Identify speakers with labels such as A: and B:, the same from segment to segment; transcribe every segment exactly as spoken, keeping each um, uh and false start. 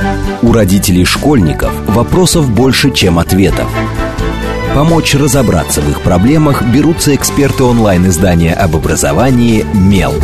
A: У родителей школьников вопросов больше, чем ответов. Помочь разобраться в их проблемах берутся эксперты онлайн-издания об образовании «Мел».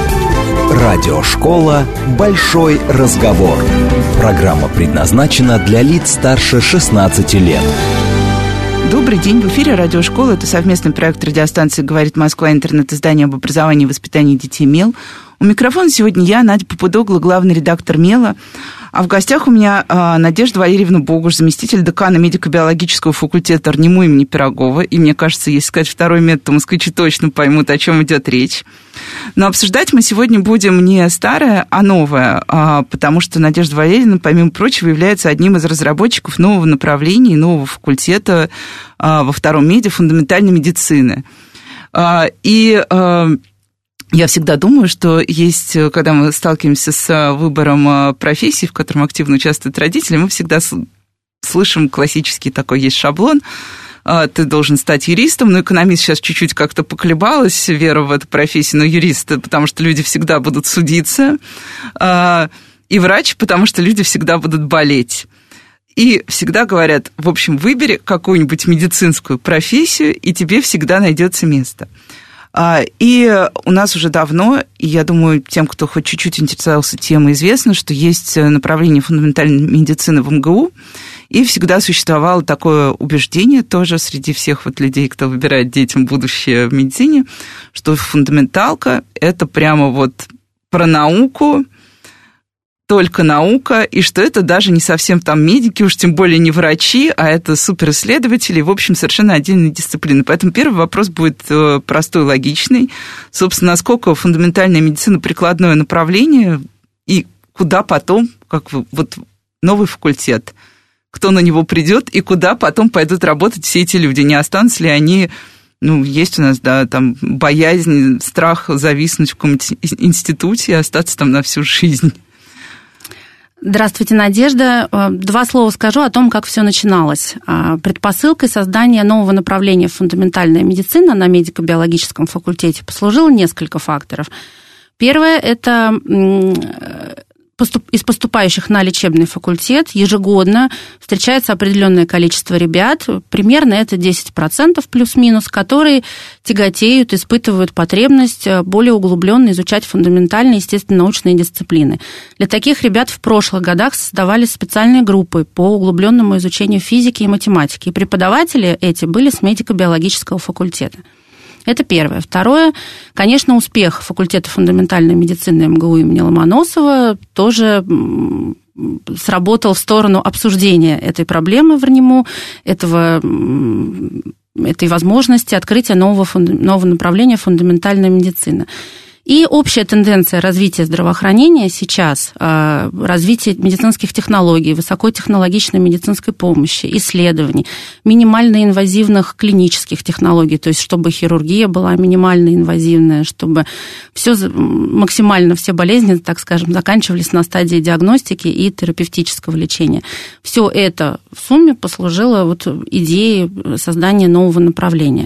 A: Радиошкола «Большой разговор». Программа предназначена для лиц старше шестнадцати лет.
B: Добрый день, в эфире Радиошкола. Это совместный проект радиостанции «Говорит Москва», интернет-издание об образовании и воспитании детей «Мел». У микрофона сегодня я, Надя Попудогла, главный редактор «Мела». А в гостях у меня а, Надежда Валерьевна Богуш, заместитель декана медико-биологического факультета РНИМУ имени Пирогова. И мне кажется, если сказать второй метод, то москвичи точно поймут, о чем идет речь. Но обсуждать мы сегодня будем не старое, а новое, а, потому что Надежда Валерьевна, помимо прочего, является одним из разработчиков нового направления, нового факультета а, во втором меде фундаментальной медицины. А, и... А, Я всегда думаю, что есть, когда мы сталкиваемся с выбором профессии, в котором активно участвуют родители, мы всегда слышим классический такой есть шаблон. Ты должен стать юристом, но экономист сейчас чуть-чуть как-то поколебалась, вера в эту профессию, но юрист, потому что люди всегда будут судиться, и врач, потому что люди всегда будут болеть. И всегда говорят, в общем, выбери какую-нибудь медицинскую профессию, и тебе всегда найдется место. И у нас уже давно, и я думаю, тем, кто хоть чуть-чуть интересовался темой, известно, что есть направление фундаментальной медицины в эм гэ у, и всегда существовало такое убеждение тоже среди всех вот людей, кто выбирает детям будущее в медицине, что фундаменталка – это прямо вот про науку, только наука, и что это даже не совсем там медики, уж тем более не врачи, а это суперисследователи, в общем, совершенно отдельные дисциплины. Поэтому первый вопрос будет простой, логичный. Собственно, насколько фундаментальная медицина прикладное направление, и куда потом, как вот новый факультет, кто на него придет, и куда потом пойдут работать все эти люди, не останутся ли они... Ну, есть у нас, да, там боязнь, страх зависнуть в каком-нибудь институте и остаться там на всю жизнь.
C: Здравствуйте, Надежда. Два слова скажу о том, как все начиналось. Предпосылкой создания нового направления фундаментальная медицина на медико-биологическом факультете послужило несколько факторов. Первое – это из поступающих на лечебный факультет ежегодно встречается определенное количество ребят, примерно это десять процентов плюс-минус, которые тяготеют, испытывают потребность более углубленно изучать фундаментальные естественно-научные дисциплины. Для таких ребят в прошлых годах создавались специальные группы по углубленному изучению физики и математики, и преподаватели эти были с медико-биологического факультета. Это первое. Второе, конечно, успех факультета фундаментальной медицины эм гэ у имени Ломоносова тоже сработал в сторону обсуждения этой проблемы в РНИМУ, этого, этой возможности открытия нового, нового направления фундаментальная медицина. И общая тенденция развития здравоохранения сейчас, развитие медицинских технологий, высокотехнологичной медицинской помощи, исследований, минимально инвазивных клинических технологий, то есть чтобы хирургия была минимально инвазивная, чтобы все, максимально все болезни, так скажем, заканчивались на стадии диагностики и терапевтического лечения. Все это в сумме послужило вот идее создания нового направления.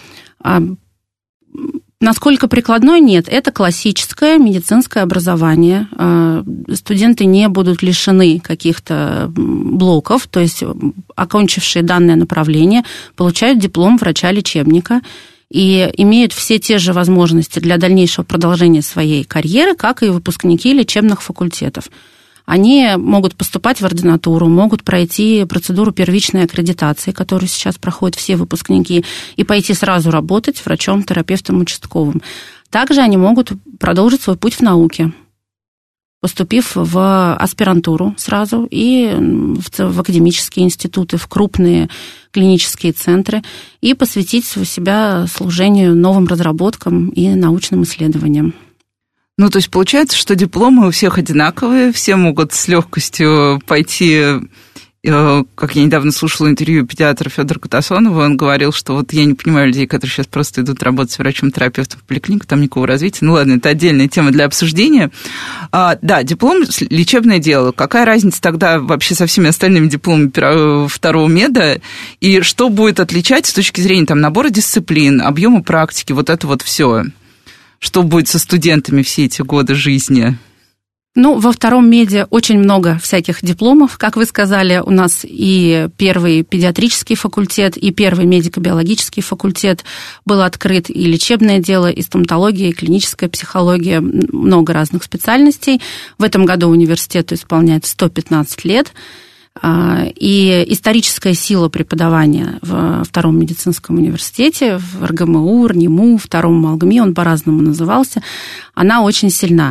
C: Насколько прикладной? Нет. Это классическое медицинское образование. Студенты не будут лишены каких-то блоков, то есть окончившие данное направление получают диплом врача-лечебника и имеют все те же возможности для дальнейшего продолжения своей карьеры, как и выпускники лечебных факультетов. Они могут поступать в ординатуру, могут пройти процедуру первичной аккредитации, которую сейчас проходят все выпускники, и пойти сразу работать врачом, терапевтом участковым. Также они могут продолжить свой путь в науке, поступив в аспирантуру сразу и в академические институты, в крупные клинические центры, и посвятить себя служению новым разработкам и научным исследованиям.
B: Ну, то есть получается, что дипломы у всех одинаковые, все могут с легкостью пойти, как я недавно слушала интервью педиатра Федора Катасонова, он говорил, что вот я не понимаю людей, которые сейчас просто идут работать врачом-терапевтом в поликлинику, там никакого развития. Ну ладно, это отдельная тема для обсуждения. А, да, диплом – лечебное дело. Какая разница тогда вообще со всеми остальными дипломами второго меда? И что будет отличать с точки зрения там, набора дисциплин, объема практики, вот это вот все? Что будет со студентами все эти годы жизни?
C: Ну, во втором меде очень много всяких дипломов, как вы сказали. У нас и первый педиатрический факультет, и первый медико-биологический факультет был открыт, и лечебное дело, и стоматология, и клиническая психология, много разных специальностей. В этом году университету исполняется сто пятнадцать лет. И историческая сила преподавания в втором медицинском университете, в эр гэ эм у, эр эн и эм у, втором МалГМИ, он по-разному назывался, она очень сильна.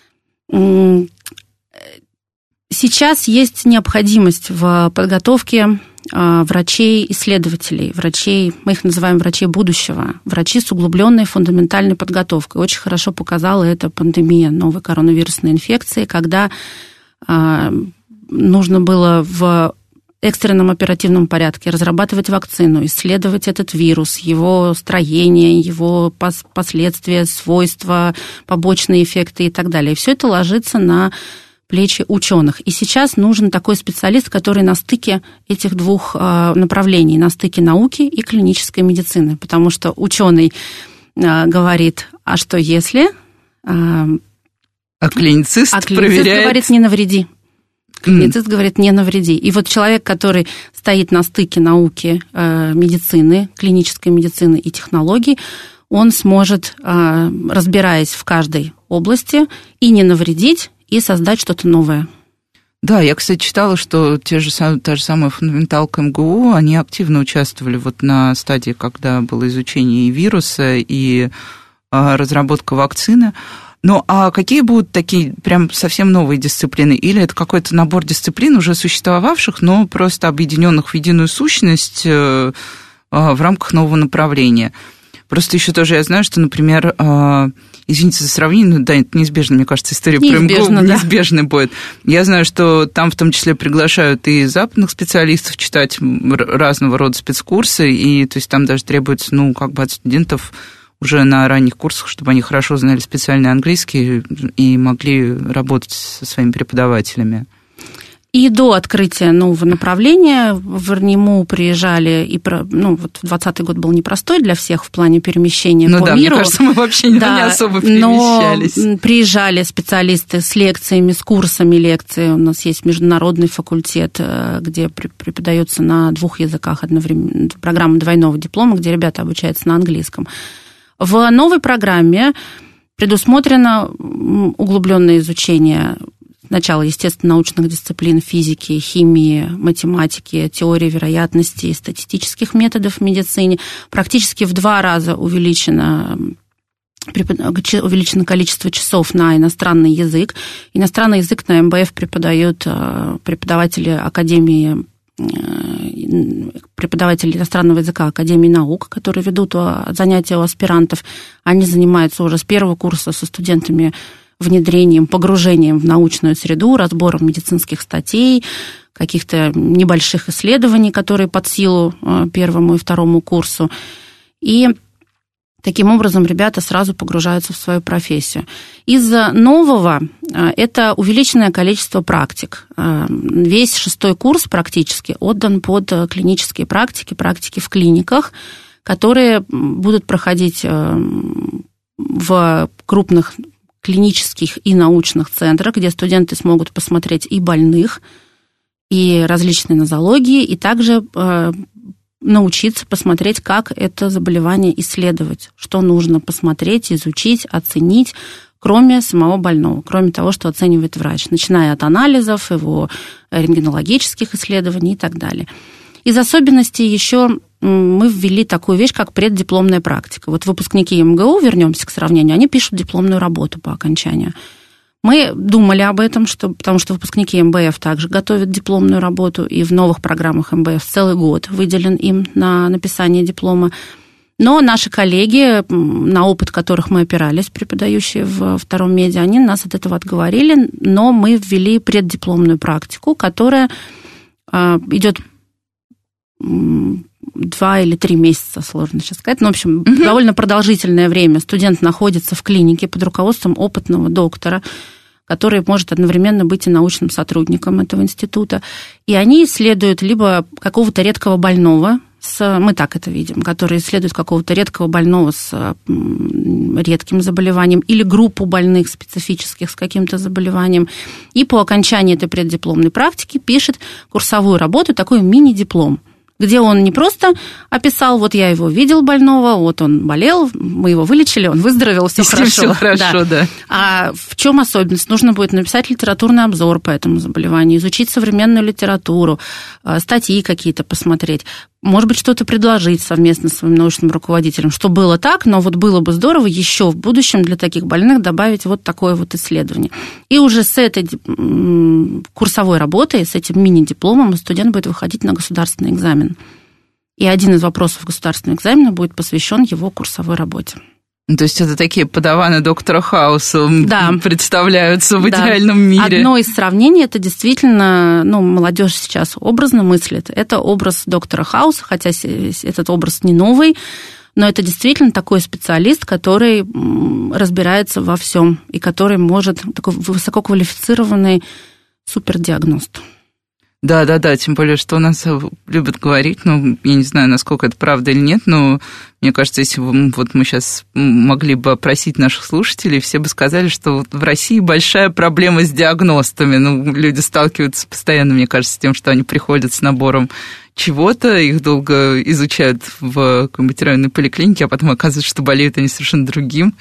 C: Сейчас есть необходимость в подготовке врачей-исследователей, врачей, мы их называем врачей будущего, врачи с углубленной фундаментальной подготовкой. Очень хорошо показала эта пандемия новой коронавирусной инфекции, когда нужно было в экстренном оперативном порядке разрабатывать вакцину, исследовать этот вирус, его строение, его последствия, свойства, побочные эффекты и так далее. И все это ложится на плечи ученых. И сейчас нужен такой специалист, который на стыке этих двух направлений, на стыке науки и клинической медицины, потому что ученый говорит, а что если...
B: А клиницист,
C: а клиницист
B: проверяет...
C: говорит, не навреди. Клиницист mm. говорит, не навреди. И вот человек, который стоит на стыке науки, медицины, клинической медицины и технологий, он сможет, разбираясь в каждой области, и не навредить, и создать что-то новое.
B: Да, я, кстати, читала, что те же, та же самая фундаменталка эм гэ у, они активно участвовали вот на стадии, когда было изучение и вируса, и разработка вакцины. Ну, а какие будут такие прям совсем новые дисциплины? Или это какой-то набор дисциплин, уже существовавших, но просто объединенных в единую сущность в рамках нового направления? Просто еще тоже я знаю, что, например, извините за сравнение, но да, это неизбежно, мне кажется, история про эм гэ у
C: да.
B: неизбежной будет. Я знаю, что там в том числе приглашают и западных специалистов читать разного рода спецкурсы, и то есть там даже требуется, ну, как бы от студентов уже на ранних курсах, чтобы они хорошо знали специальный английский и могли работать со своими преподавателями.
C: И до открытия нового направления в эр эн и эм у приезжали, и, ну, вот двадцатый год был непростой для всех в плане перемещения
B: ну
C: по
B: да,
C: миру.
B: Ну да, мне кажется, мы вообще да, не особо перемещались.
C: Но приезжали специалисты с лекциями, с курсами лекций. У нас есть международный факультет, где преподается на двух языках одновременно, программа двойного диплома, где ребята обучаются на английском. В новой программе предусмотрено углубленное изучение сначала, естественно, научных дисциплин физики, химии, математики, теории вероятности и статистических методов в медицине. Практически в два раза увеличено, увеличено количество часов на иностранный язык. Иностранный язык на эм бэ эф преподают преподаватели Академии преподаватели иностранного языка Академии наук, которые ведут занятия у аспирантов. Они занимаются уже с первого курса со студентами внедрением, погружением в научную среду, разбором медицинских статей, каких-то небольших исследований, которые под силу первому и второму курсу. И таким образом ребята сразу погружаются в свою профессию. Из нового это увеличенное количество практик. Весь шестой курс практически отдан под клинические практики, практики в клиниках, которые будут проходить в крупных клинических и научных центрах, где студенты смогут посмотреть и больных, и различные нозологии, и также научиться посмотреть, как это заболевание исследовать, что нужно посмотреть, изучить, оценить, кроме самого больного, кроме того, что оценивает врач, начиная от анализов, его рентгенологических исследований и так далее. Из особенностей еще мы ввели такую вещь, как преддипломная практика. Вот выпускники эм гэ у, вернемся к сравнению, они пишут дипломную работу по окончанию. Мы думали об этом, что, потому что выпускники эм бэ эф также готовят дипломную работу, и в новых программах эм бэ эф целый год выделен им на написание диплома. Но наши коллеги, на опыт которых мы опирались, преподающие в втором меди, они нас от этого отговорили, но мы ввели преддипломную практику, которая идет два или три месяца, сложно сейчас сказать. Но, в общем, угу. довольно продолжительное время студент находится в клинике под руководством опытного доктора, который может одновременно быть и научным сотрудником этого института. И они исследуют либо какого-то редкого больного с, мы так это видим, которые исследуют какого-то редкого больного с редким заболеванием или группу больных специфических с каким-то заболеванием, и по окончании этой преддипломной практики пишет курсовую работу, такой мини-диплом, где он не просто описал, вот я его видел больного, вот он болел, мы его вылечили, он выздоровел, все хорошо.
B: Все хорошо, да.
C: да. А в чем особенность? Нужно будет написать литературный обзор по этому заболеванию, изучить современную литературу, статьи какие-то посмотреть, может быть, что-то предложить совместно с своим научным руководителем, что было так, но вот было бы здорово еще в будущем для таких больных добавить вот такое вот исследование. И уже с этой курсовой работой, с этим мини-дипломом студент будет выходить на государственный экзамен. И один из вопросов государственного экзамена будет посвящен его курсовой работе.
B: То есть это такие подаваны доктора Хауса, да, представляются в
C: да.
B: идеальном мире.
C: Одно из сравнений, это действительно, ну, молодежь сейчас образно мыслит, это образ доктора Хауса, хотя этот образ не новый, но это действительно такой специалист, который разбирается во всем и который может, такой высококвалифицированный супердиагност.
B: Да, да, да, тем более, что у нас любят говорить, ну, я не знаю, насколько это правда или нет, но мне кажется, если бы, вот мы сейчас могли бы опросить наших слушателей, все бы сказали, что вот в России большая проблема с диагностами. Ну, люди сталкиваются постоянно, мне кажется, с тем, что они приходят с набором чего-то, их долго изучают в какой-нибудь районной поликлинике, а потом оказывается, что болеют они совершенно другим.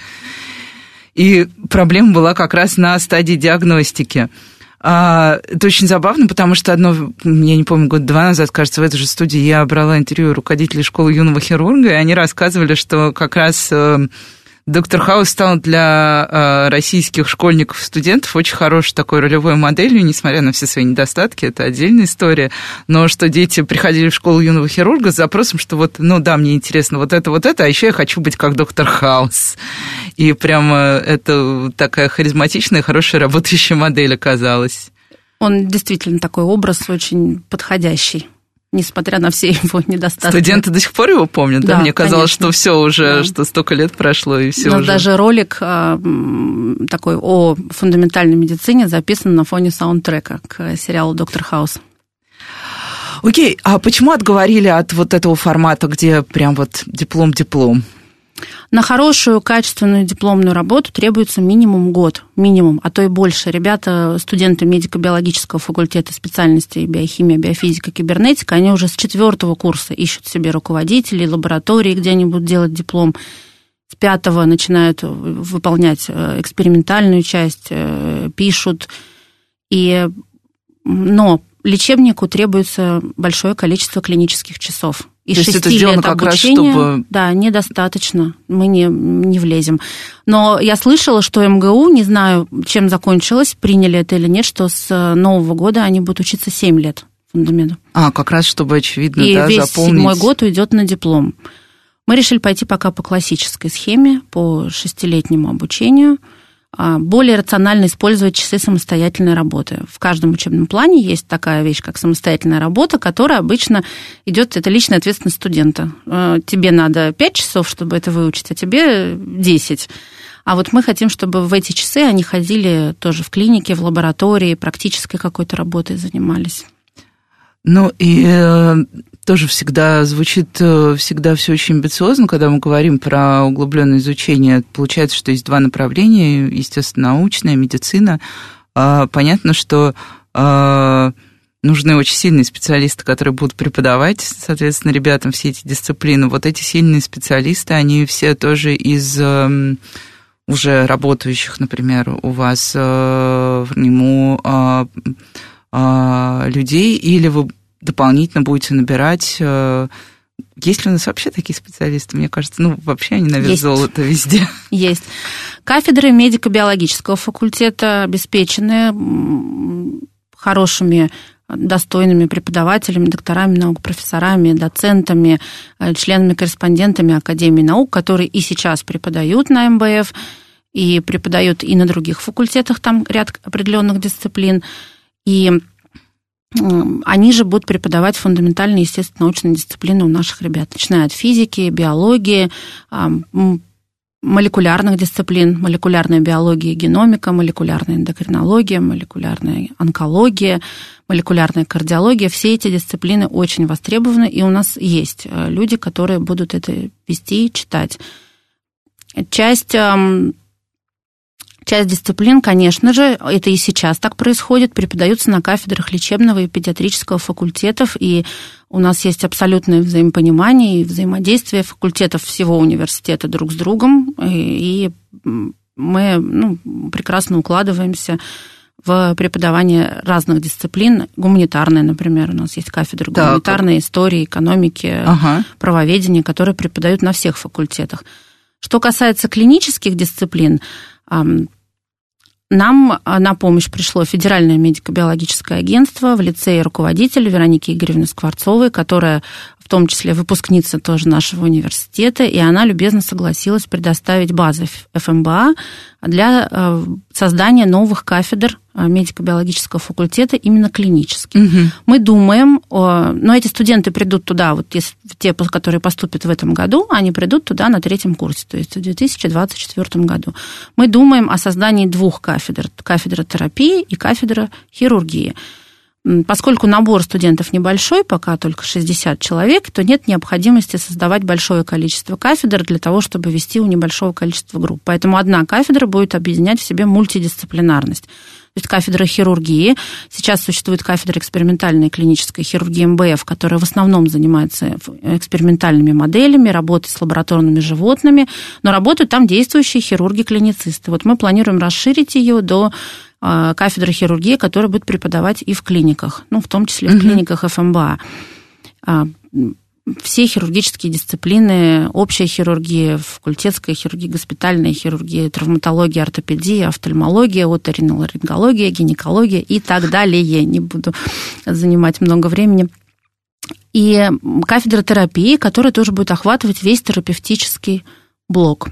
B: И проблема была как раз на стадии диагностики. Это очень забавно, потому что одно, я не помню, год два назад, кажется, в этой же студии я брала интервью руководителей школы юного хирурга, и они рассказывали, что как раз доктор Хаус стал для российских школьников и студентов очень хорошей такой ролевой моделью, несмотря на все свои недостатки, это отдельная история, но что дети приходили в школу юного хирурга с запросом, что вот, ну да, мне интересно вот это, вот это, а еще я хочу быть как доктор Хаус. И прямо это такая харизматичная, хорошая работающая модель оказалась.
C: Он действительно такой образ очень подходящий, несмотря на все его недостатки.
B: Студенты до сих пор его помнят, да? да? Мне казалось, конечно. Что все уже, да. что столько лет прошло, и все
C: Но
B: уже...
C: даже ролик такой о фундаментальной медицине записан на фоне саундтрека к сериалу «Доктор Хаус».
B: Окей, а почему отговорили от вот этого формата, где прям вот диплом-диплом?
C: На хорошую, качественную дипломную работу требуется минимум год, минимум, а то и больше. Ребята, студенты медико-биологического факультета специальностей биохимия, биофизика, кибернетика, они уже с четвертого курса ищут себе руководителей, лаборатории, где они будут делать диплом. С пятого начинают выполнять экспериментальную часть, пишут. И... Но лечебнику требуется большое количество клинических часов. И шести лет обучения, чтобы... да, недостаточно, мы не, не влезем. Но я слышала, что МГУ, не знаю, чем закончилось, приняли это или нет, что с нового года они будут учиться семь лет фундаменту.
B: А, как раз, чтобы, очевидно,
C: и
B: да,
C: весь
B: заполнить...
C: седьмой год уйдет на диплом. Мы решили пойти пока по классической схеме, по шестилетнему обучению, более рационально использовать часы самостоятельной работы. В каждом учебном плане есть такая вещь, как самостоятельная работа, которая обычно идет, это личная ответственность студента. Тебе надо пять часов, чтобы это выучить, а тебе десять. А вот мы хотим, чтобы в эти часы они ходили тоже в клинике, в лаборатории, практической какой-то работой занимались.
B: Ну и э, тоже всегда звучит, всегда все очень амбициозно, когда мы говорим про углубленное изучение. Получается, что есть два направления, естественно, научная, медицина. Э, понятно, что э, нужны очень сильные специалисты, которые будут преподавать, соответственно, ребятам все эти дисциплины. Вот эти сильные специалисты, они все тоже из... Э, уже работающих, например, у вас э, в НИМУ э, э, людей, или вы дополнительно будете набирать... Э, есть ли у нас вообще такие специалисты? Мне кажется, ну, вообще они на вес золота везде.
C: Есть. Кафедры медико-биологического факультета обеспечены хорошими, достойными преподавателями, докторами наук, профессорами, доцентами, членами-корреспондентами Академии наук, которые и сейчас преподают на эм бэ эф, и преподают и на других факультетах, там ряд определенных дисциплин, и они же будут преподавать фундаментальные, естественно, научные дисциплины у наших ребят, начиная от физики, биологии, молекулярных дисциплин, молекулярная биология и геномика, молекулярная эндокринология, молекулярная онкология, молекулярная кардиология. Все эти дисциплины очень востребованы, и у нас есть люди, которые будут это вести и читать. Часть... Часть дисциплин, конечно же, это и сейчас так происходит, преподаются на кафедрах лечебного и педиатрического факультетов, и у нас есть абсолютное взаимопонимание и взаимодействие факультетов всего университета друг с другом, и мы ну, прекрасно укладываемся в преподавание разных дисциплин. Гуманитарная, например, у нас есть кафедра
B: так.
C: гуманитарной истории, экономики,
B: ага.
C: правоведения, которые преподают на всех факультетах. Что касается клинических дисциплин, нам на помощь пришло Федеральное медико-биологическое агентство в лице руководителя Вероники Игоревны Скворцовой, которая в том числе выпускница тоже нашего университета, и она любезно согласилась предоставить базы эф эм бэ а для создания новых кафедр медико-биологического факультета именно клинических. Угу. Мы думаем, но эти студенты придут туда, вот те, которые поступят в этом году, они придут туда на третьем курсе, то есть в две тысячи двадцать четвёртом году. Мы думаем о создании двух кафедр, кафедра терапии и кафедра хирургии. Поскольку набор студентов небольшой, пока только шестьдесят человек, то нет необходимости создавать большое количество кафедр для того, чтобы вести у небольшого количества групп. Поэтому одна кафедра будет объединять в себе мультидисциплинарность. То есть кафедра хирургии. Сейчас существует кафедра экспериментальной клинической хирургии эм бэ эф, которая в основном занимается экспериментальными моделями, работой с лабораторными животными, но работают там действующие хирурги-клиницисты. Вот мы планируем расширить ее до кафедры хирургии, которая будет преподавать и в клиниках, ну, в том числе в клиниках эф эм бэ а. Все хирургические дисциплины, общая хирургия, факультетская хирургия, госпитальная хирургия, травматология, ортопедия, офтальмология, оториноларингология, гинекология и так далее. Не буду занимать много времени. И кафедра терапии, которая тоже будет охватывать весь терапевтический блок.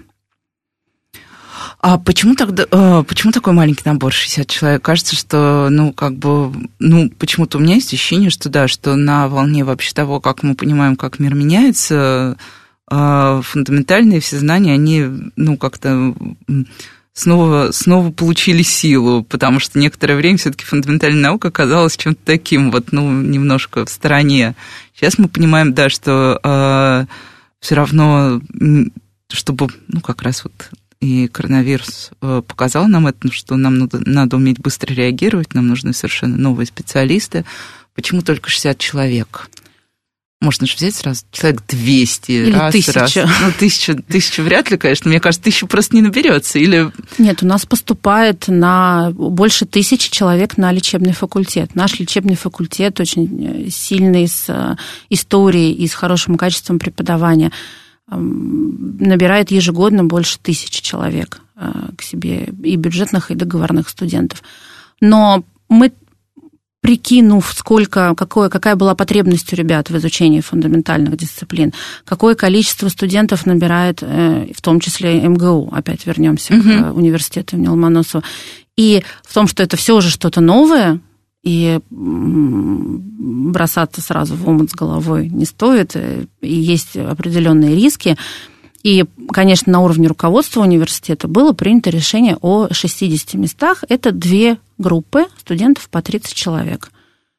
B: А почему тогда, почему такой маленький набор, шестьдесят человек? Кажется, что, ну, как бы, ну, почему-то у меня есть ощущение, что да, что на волне вообще того, как мы понимаем, как мир меняется, фундаментальные все знания, они, ну, как-то снова, снова получили силу, потому что некоторое время все-таки фундаментальная наука оказалась чем-то таким вот, ну, немножко в стороне. Сейчас мы понимаем, да, что все равно, чтобы, ну, как раз вот и коронавирус показал нам это, что нам надо, надо уметь быстро реагировать, нам нужны совершенно новые специалисты. Почему только шестьдесят человек? Можно же взять сразу человек двести.
C: Или
B: раз,
C: тысяча.
B: Раз. Ну, тысяча, тысяча вряд ли, конечно. Мне кажется, тысяча просто не наберется. Или...
C: Нет, у нас поступает на больше тысячи человек на лечебный факультет. Наш лечебный факультет очень сильный, с историей и с хорошим качеством преподавания. Набирает ежегодно больше тысячи человек к себе, и бюджетных, и договорных студентов. Но мы, прикинув, сколько, какое, какая была потребность у ребят в изучении фундаментальных дисциплин, какое количество студентов набирает, в том числе эм гэ у, опять вернемся uh-huh. к университету имени Ломоносова, и в том, что это все уже что-то новое, и бросаться сразу в омут с головой не стоит, и есть определенные риски. И, конечно, на уровне руководства университета было принято решение о шестидесяти местах. Это две группы студентов по тридцать человек.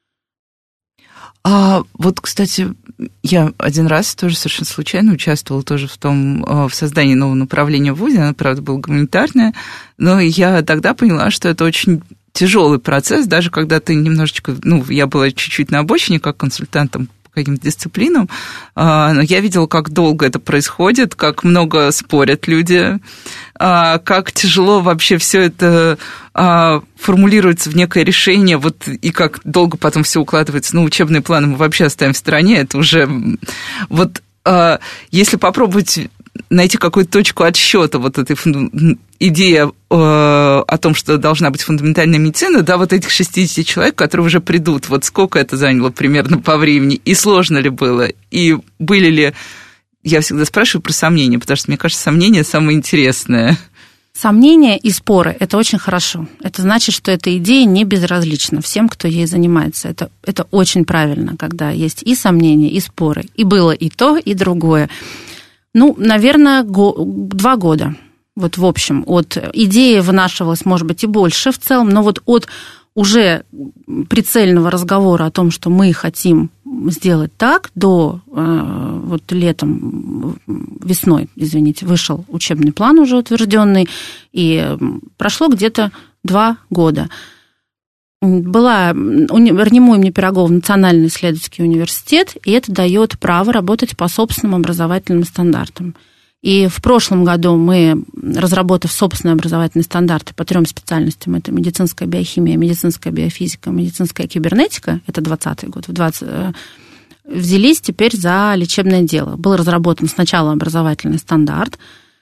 B: А вот, кстати, я один раз тоже совершенно случайно участвовала тоже в том, в создании нового направления в ВУЗе, оно, правда, было гуманитарное, но я тогда поняла, что это очень тяжелый процесс, даже когда ты немножечко, ну, я была чуть-чуть на обочине, как консультантом по каким-то дисциплинам, но я видела, как долго это происходит, как много спорят люди, как тяжело вообще все это формулируется в некое решение, вот, и как долго потом все укладывается. Ну, учебные планы мы вообще оставим в стороне, это уже... Вот если попробовать найти какую-то точку отсчета вот этой идеи э, о том, что должна быть фундаментальная медицина, да, вот этих шестидесяти человек, которые уже придут, вот сколько это заняло примерно по времени, и сложно ли было, и были ли... Я всегда спрашиваю про сомнения, потому что, мне кажется, сомнения самое интересное.
C: Сомнения и споры – это очень хорошо. Это значит, что эта идея не безразлична всем, кто ей занимается. Это, это очень правильно, когда есть и сомнения, и споры. И было и то, и другое. Ну, наверное, го- два года. Вот в общем, от идеи вынашивалось, может быть, и больше в целом, но вот от уже прицельного разговора о том, что мы хотим сделать так, до э, вот летом, весной, извините, вышел учебный план уже утвержденный, и прошло где-то два года. Была РНИМУ имени Пирогова Национальный исследовательский университет, и это дает право работать по собственным образовательным стандартам. И в прошлом году мы, разработав собственные образовательные стандарты по трем специальностям, это медицинская биохимия, медицинская биофизика, медицинская кибернетика, это двадцатый год, в двадцать, взялись теперь за лечебное дело. Был разработан сначала образовательный стандарт,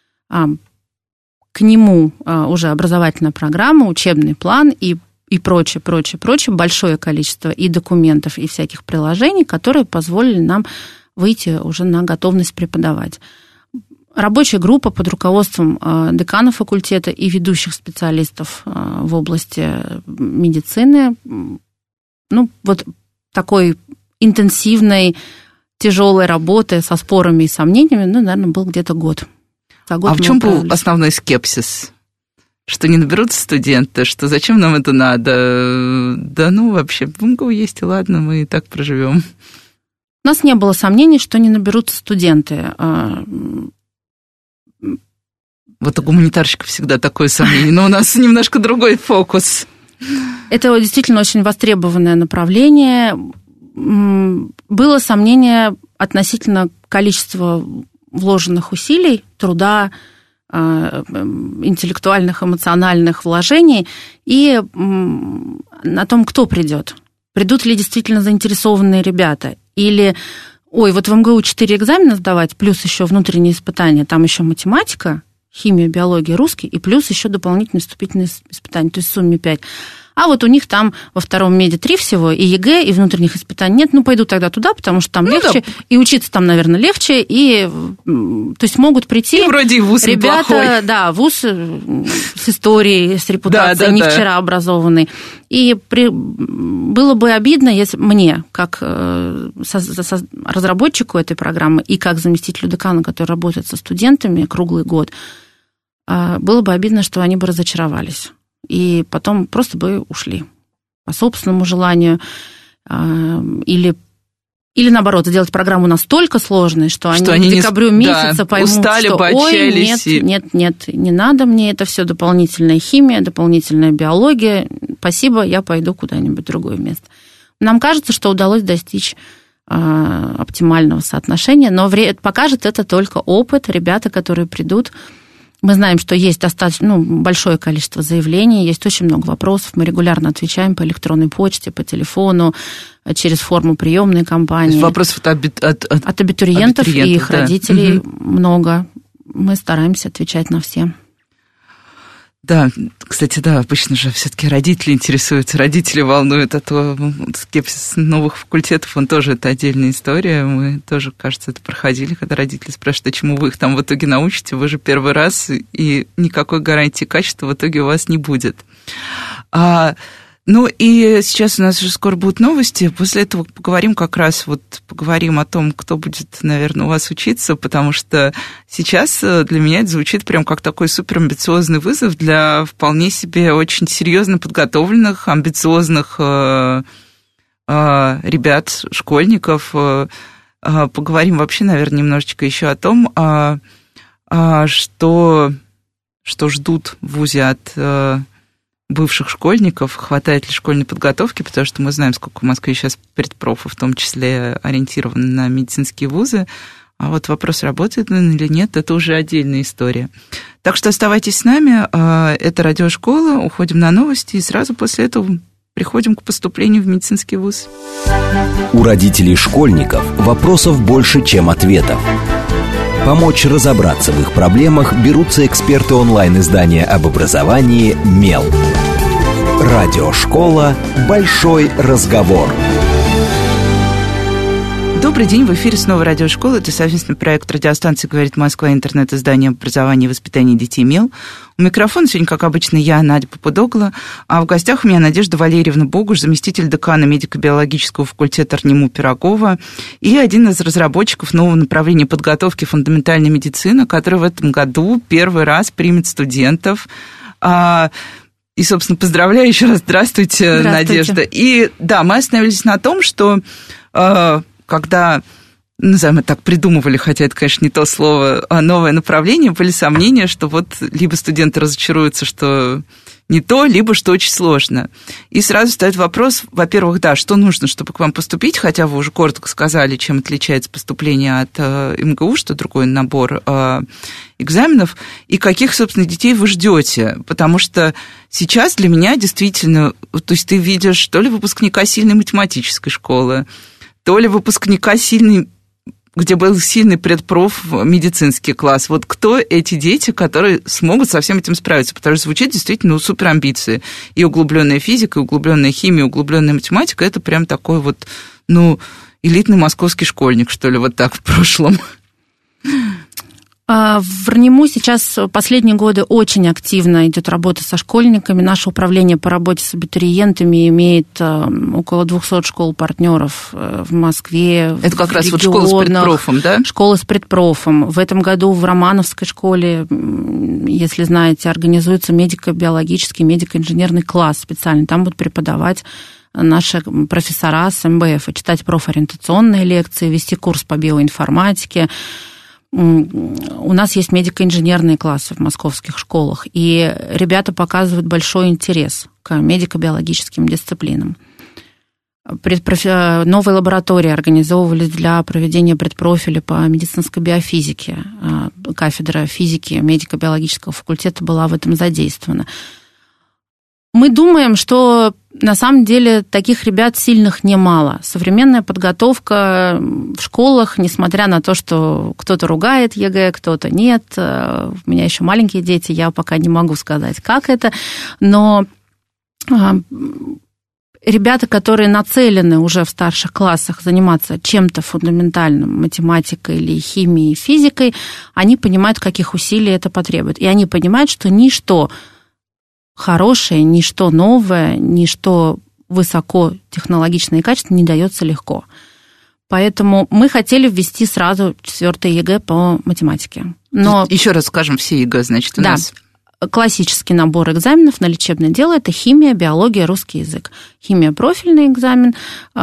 C: к нему уже образовательная программа, учебный план и, и прочее, прочее, прочее, большое количество и документов, и всяких приложений, которые позволили нам выйти уже на готовность преподавать. Рабочая группа под руководством декана факультета и ведущих специалистов в области медицины, ну, вот такой интенсивной, тяжелой работы со спорами и сомнениями, ну, наверное, был где-то год. За год
B: а в чем был основной скепсис? Что не наберутся студенты, что зачем нам это надо? Да ну, вообще, в МГУ есть, и ладно, мы и так проживем.
C: У нас не было сомнений, что не наберутся студенты.
B: Вот у гуманитарщиков всегда такое сомнение, но у нас немножко другой фокус.
C: Это действительно очень востребованное направление. Было сомнение относительно количества вложенных усилий, труда, интеллектуальных, эмоциональных вложений и на том, кто придет. Придут ли действительно заинтересованные ребята? Или, ой, вот в МГУ четыре экзамена сдавать, плюс еще внутренние испытания, там еще математика, химия, биология, русский, и плюс еще дополнительные вступительные испытания, то есть в сумме пять. А вот у них там во втором меде три всего, и ЕГЭ, и внутренних испытаний нет. Ну, пойду тогда туда, потому что там ну, легче, да. И учиться там, наверное, легче, и, то есть, могут прийти...
B: И вроде и вуз
C: ребята,
B: неплохой.
C: Да, вуз с историей, с репутацией,
B: да, да,
C: не
B: да.
C: вчера образованный. И при... было бы обидно, если мне, как со... Со... разработчику этой программы и как заместителю декана, который работает со студентами круглый год, было бы обидно, что они бы разочаровались. И потом просто бы ушли по собственному желанию. Или, или наоборот, сделать программу настолько сложной, что, что они, они к декабрю не... месяца да, поймут,
B: устали,
C: что ой, нет,
B: и...
C: нет, нет, не надо мне, это все дополнительная химия, дополнительная биология. Спасибо, я пойду куда-нибудь в другое место. Нам кажется, что удалось достичь э, оптимального соотношения, но вре... покажет это только опыт. Ребята, которые придут... Мы знаем, что есть достаточно ну, большое количество заявлений, есть очень много вопросов. Мы регулярно отвечаем по электронной почте, по телефону, через форму приемной кампании.
B: Вопросов от, от, от,
C: от абитуриентов, абитуриентов и их
B: да.
C: родителей
B: угу. много.
C: Мы стараемся отвечать на все.
B: Да, кстати, да, обычно же все-таки родители интересуются, родители волнуют, а то скепсис новых факультетов, он тоже, это отдельная история. Мы тоже, кажется, это проходили, когда родители спрашивают, а чему вы их там в итоге научите, вы же первый раз, и никакой гарантии качества в итоге у вас не будет. А, ну и сейчас у нас уже скоро будут новости, после этого поговорим как раз, вот поговорим о том, кто будет, наверное, у вас учиться, потому что сейчас для меня это звучит прям как такой суперамбициозный вызов для вполне себе очень серьезно подготовленных, амбициозных э, э, ребят, школьников. Э, э, поговорим вообще, наверное, немножечко еще о том, э, э, что, что ждут в вузе от... Э, бывших школьников, хватает ли школьной подготовки, потому что мы знаем, сколько в Москве сейчас предпрофы, в том числе ориентированы на медицинские вузы, а вот вопрос, работает он или нет, это уже отдельная история. Так что оставайтесь с нами, это Радиошкола, уходим на новости, и сразу после этого приходим к поступлению в медицинский вуз.
A: У родителей школьников вопросов больше, чем ответов. Помочь разобраться в их проблемах берутся эксперты онлайн-издания об образовании «Мел». Радиошкола «Большой разговор».
B: Добрый Добрый день, в эфире снова радиошкола. Это совместный проект радиостанции «Говорит Москва», интернет-издание образования и воспитания детей МЕЛ. У микрофона сегодня, как обычно, я, Надя Попудогла, а в гостях у меня Надежда Валерьевна Богуш, заместитель декана медико-биологического факультета РНИМУ Пирогова и один из разработчиков нового направления подготовки фундаментальной медицины, который в этом году первый раз примет студентов. И, собственно, поздравляю еще раз. Здравствуйте, Здравствуйте. Надежда. И да, мы остановились на том, что когда, назовем это так, придумывали, хотя это, конечно, не то слово, а новое направление, были сомнения, что вот либо студенты разочаруются, что не то, либо что очень сложно. И сразу встает вопрос, во-первых, да, что нужно, чтобы к вам поступить, хотя вы уже коротко сказали, чем отличается поступление от МГУ, что другой набор экзаменов, и каких, собственно, детей вы ждете, потому что сейчас для меня действительно, то есть ты видишь то ли выпускника сильной математической школы, то ли выпускника сильный, где был сильный предпроф медицинский класс. Вот кто эти дети, которые смогут со всем этим справиться? Потому что звучит действительно ну, супер амбиции. И углубленная физика, и углубленная химия, и углубленная математика – это прям такой вот, ну, элитный московский школьник, что ли, вот так в прошлом.
C: В РНИМУ сейчас последние годы очень активно идет работа со школьниками. Наше управление по работе с абитуриентами имеет около двухсот школ-партнеров в Москве.
B: Это как раз вот школа с предпрофом, да?
C: Школа с предпрофом. В этом году в Романовской школе, если знаете, организуется медико-биологический, медико-инженерный класс специальный. Там будут преподавать наши профессора с эм бэ эф и читать профориентационные лекции, вести курс по биоинформатике. У нас есть медико-инженерные классы в московских школах, и ребята показывают большой интерес к медико-биологическим дисциплинам. Новые лаборатории организовывались для проведения предпрофиля по медицинской биофизике. Кафедра физики медико-биологического факультета была в этом задействована. Мы думаем, что на самом деле таких ребят сильных немало. Современная подготовка в школах, несмотря на то, что кто-то ругает ЕГЭ, кто-то нет. У меня еще маленькие дети, я пока не могу сказать, как это. Но ребята, которые нацелены уже в старших классах заниматься чем-то фундаментальным, математикой или химией, физикой, они понимают, каких усилий это потребует. И они понимают, что ничто хорошее, ничто новое, ничто высокотехнологичное и качественное не дается легко. Поэтому мы хотели ввести сразу четвертое ЕГЭ по математике. Но...
B: Еще раз скажем, все ЕГЭ, значит, у
C: да,
B: нас...
C: классический набор экзаменов на лечебное дело – это химия, биология, русский язык. Химия – профильный экзамен,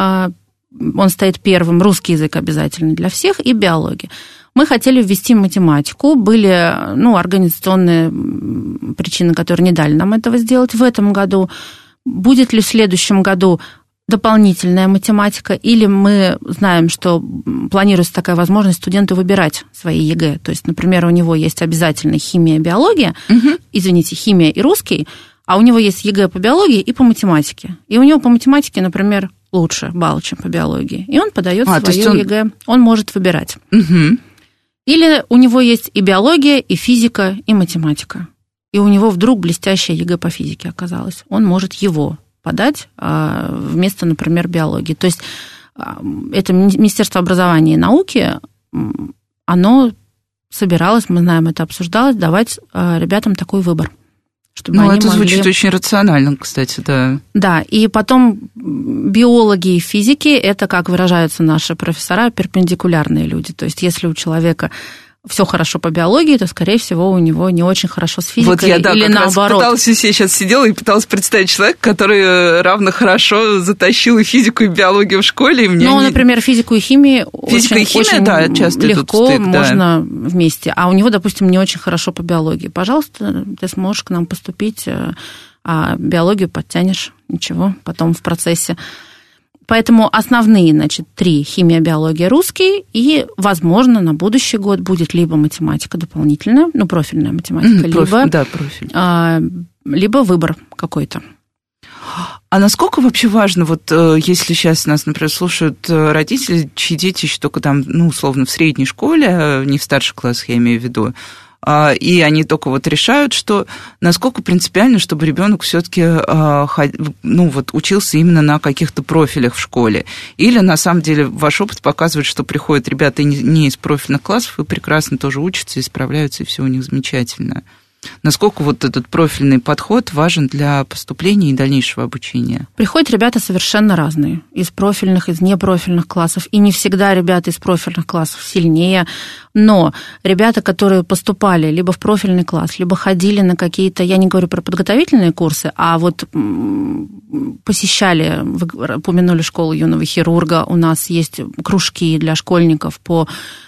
C: он стоит первым, русский язык обязательно для всех, и биология. Мы хотели ввести математику, были ну, организационные причины, которые не дали нам этого сделать в этом году. Будет ли в следующем году дополнительная математика, или мы знаем, что планируется такая возможность студенту выбирать свои ЕГЭ. То есть, например, у него есть обязательно химия, биология, угу. извините, химия и русский, а у него есть ЕГЭ по биологии и по математике. И у него по математике, например, лучше балл, чем по биологии. И он подает а, свое он... ЕГЭ. Он может выбирать.
B: Угу.
C: Или у него есть и биология, и физика, и математика. И у него вдруг блестящее ЕГЭ по физике оказалось. Он может его подать вместо, например, биологии. То есть это Министерство образования и науки, оно собиралось, мы знаем, это обсуждалось, давать ребятам такой выбор. Чтобы
B: ну,
C: они
B: это
C: могли...
B: звучит очень рационально, кстати, да.
C: Да, и потом биологи и физики, это, как выражаются наши профессора, перпендикулярные люди. То есть если у человека все хорошо по биологии, то, скорее всего, у него не очень хорошо с физикой,
B: вот я, да,
C: или
B: как
C: наоборот.
B: Раз пыталась, я сейчас сидела и пыталась представить человека, который равно хорошо затащил и физику, и биологию в школе. И мне
C: ну,
B: не...
C: например, физику и химию
B: Физика
C: очень,
B: и химия,
C: очень
B: да, часто
C: легко
B: стык,
C: можно
B: да.
C: вместе. А у него, допустим, не очень хорошо по биологии. Пожалуйста, ты сможешь к нам поступить, а биологию подтянешь, ничего, потом в процессе. Поэтому основные, значит, три – химия, биология, русский, и, возможно, на будущий год будет либо математика дополнительная, ну, профильная математика, mm, профиль, либо,
B: да, профиль.
C: А, либо выбор какой-то.
B: А насколько вообще важно, вот если сейчас нас, например, слушают родители, чьи дети еще только там, ну, условно, в средней школе, не в старших классах, я имею в виду, и они только вот решают, что насколько принципиально, чтобы ребенок все-таки ну, вот, учился именно на каких-то профилях в школе. Или, на самом деле, ваш опыт показывает, что приходят ребята не из профильных классов и прекрасно тоже учатся, и справляются, и все у них замечательно. Насколько вот этот профильный подход важен для поступления и дальнейшего обучения?
C: Приходят ребята совершенно разные, из профильных, из непрофильных классов, и не всегда ребята из профильных классов сильнее, но ребята, которые поступали либо в профильный класс, либо ходили на какие-то, я не говорю про подготовительные курсы, а вот посещали, вы упомянули школу юного хирурга, у нас есть кружки для школьников по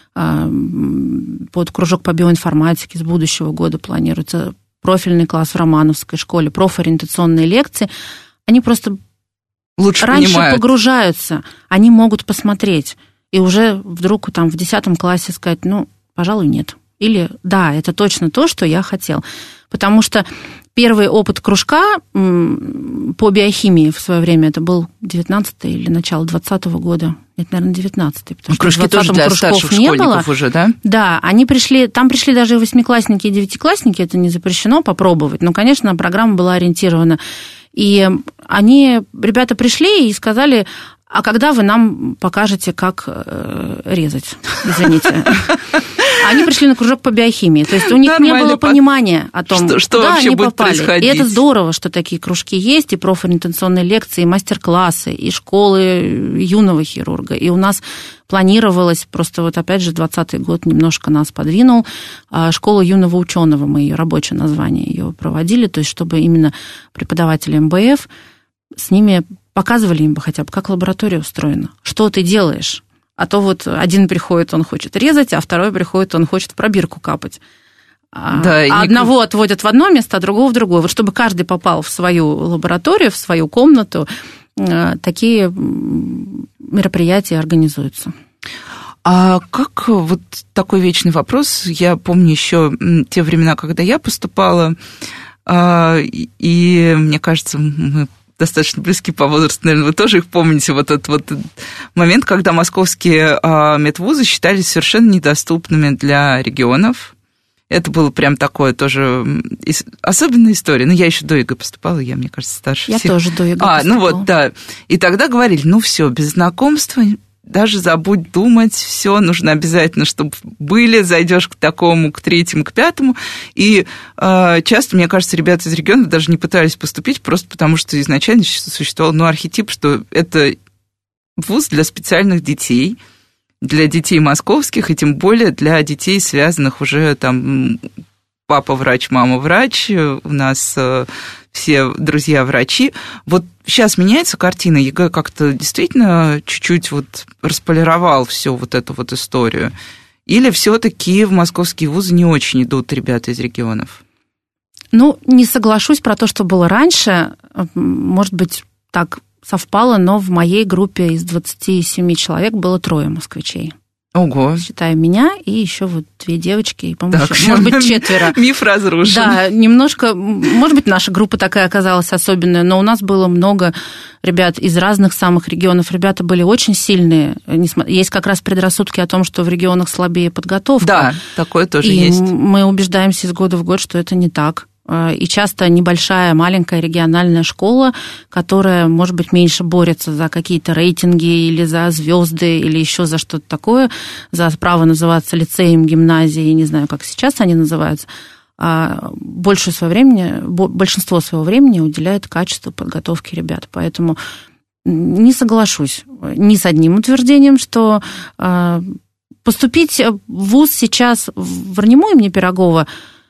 C: под кружок по биоинформатике с будущего года планируется профильный класс в Романовской школе, профориентационные лекции. Они просто
B: лучше
C: раньше
B: понимают.
C: Погружаются, они могут посмотреть, и уже вдруг там в десятом классе сказать, ну, пожалуй, нет. Или да, это точно то, что я хотел. Потому что первый опыт кружка по биохимии в свое время, это был девятнадцатый или начало двадцатого года, нет, наверное, девятнадцатый, потому что
B: кружки
C: в двадцатом
B: тоже для старших
C: не
B: школьников
C: было.
B: Уже, да?
C: Да, они пришли, там пришли даже и восьмиклассники, и девятиклассники, это не запрещено попробовать, но, конечно, программа была ориентирована. И они, ребята пришли и сказали, а когда вы нам покажете, как резать, извините. Они пришли на кружок по биохимии, то есть у них
B: Нормально,
C: не было понимания о том,
B: что, что
C: куда
B: вообще
C: они
B: будет
C: попали.
B: происходить.
C: И это здорово, что такие кружки есть, и профориентационные лекции, и мастер-классы, и школы юного хирурга. И у нас планировалось, просто вот опять же двадцатый год немножко нас подвинул, школа юного ученого, мы ее рабочее название ее проводили, то есть чтобы именно преподаватели эм бэ эф с ними показывали им бы хотя бы, как лаборатория устроена, что ты делаешь. А то вот один приходит, он хочет резать, а второй приходит, он хочет в пробирку капать. Да, а одного не... отводят в одно место, а другого в другое. Вот чтобы каждый попал в свою лабораторию, в свою комнату, такие мероприятия организуются.
B: А как вот такой вечный вопрос? Я помню еще те времена, когда я поступала, и мне кажется, мы достаточно близки по возрасту, наверное, вы тоже их помните, вот этот вот момент, когда московские медвузы считались совершенно недоступными для регионов. Это было прям такое тоже особенная история. Ну, я еще до ЕГЭ поступала, я, мне кажется, старше
C: я
B: всех.
C: Я тоже до ЕГЭ
B: а,
C: поступала.
B: Ну вот, да. И тогда говорили, ну все, без знакомства даже забудь думать, все нужно обязательно, чтобы были, зайдешь к такому, к третьему, к пятому. И э, часто, мне кажется, ребята из регионов даже не пытались поступить, просто потому что изначально существовал ну, архетип, что это вуз для специальных детей, для детей московских, и тем более для детей, связанных уже там папа врач, мама врач, у нас э, все друзья врачи. Вот сейчас меняется картина, ЕГЭ как-то действительно чуть-чуть вот располировал всю вот эту вот историю? Или все-таки в московские вузы не очень идут ребята из регионов?
C: Ну, не соглашусь про то, что было раньше. Может быть, так совпало, но в моей группе из двадцати семи человек было трое москвичей.
B: Ого.
C: Считая меня и еще вот две девочки, и, по-моему, так, еще, может быть, четверо.
B: Миф разрушен.
C: Да, немножко, может быть, наша группа такая оказалась особенная, но у нас было много ребят из разных самых регионов. Ребята были очень сильные. Есть как раз предрассудки о том, что в регионах слабее подготовка.
B: Да, такое тоже
C: и
B: есть.
C: И мы убеждаемся из года в год, что это не так. И часто небольшая, маленькая региональная школа, которая, может быть, меньше борется за какие-то рейтинги или за звезды, или еще за что-то такое, за право называться лицеем, гимназией, не знаю, как сейчас они называются, большее свое времени, большинство своего времени уделяет качеству подготовки ребят. Поэтому не соглашусь ни с одним утверждением, что поступить в вуз сейчас в РНИМУ имени Пирогова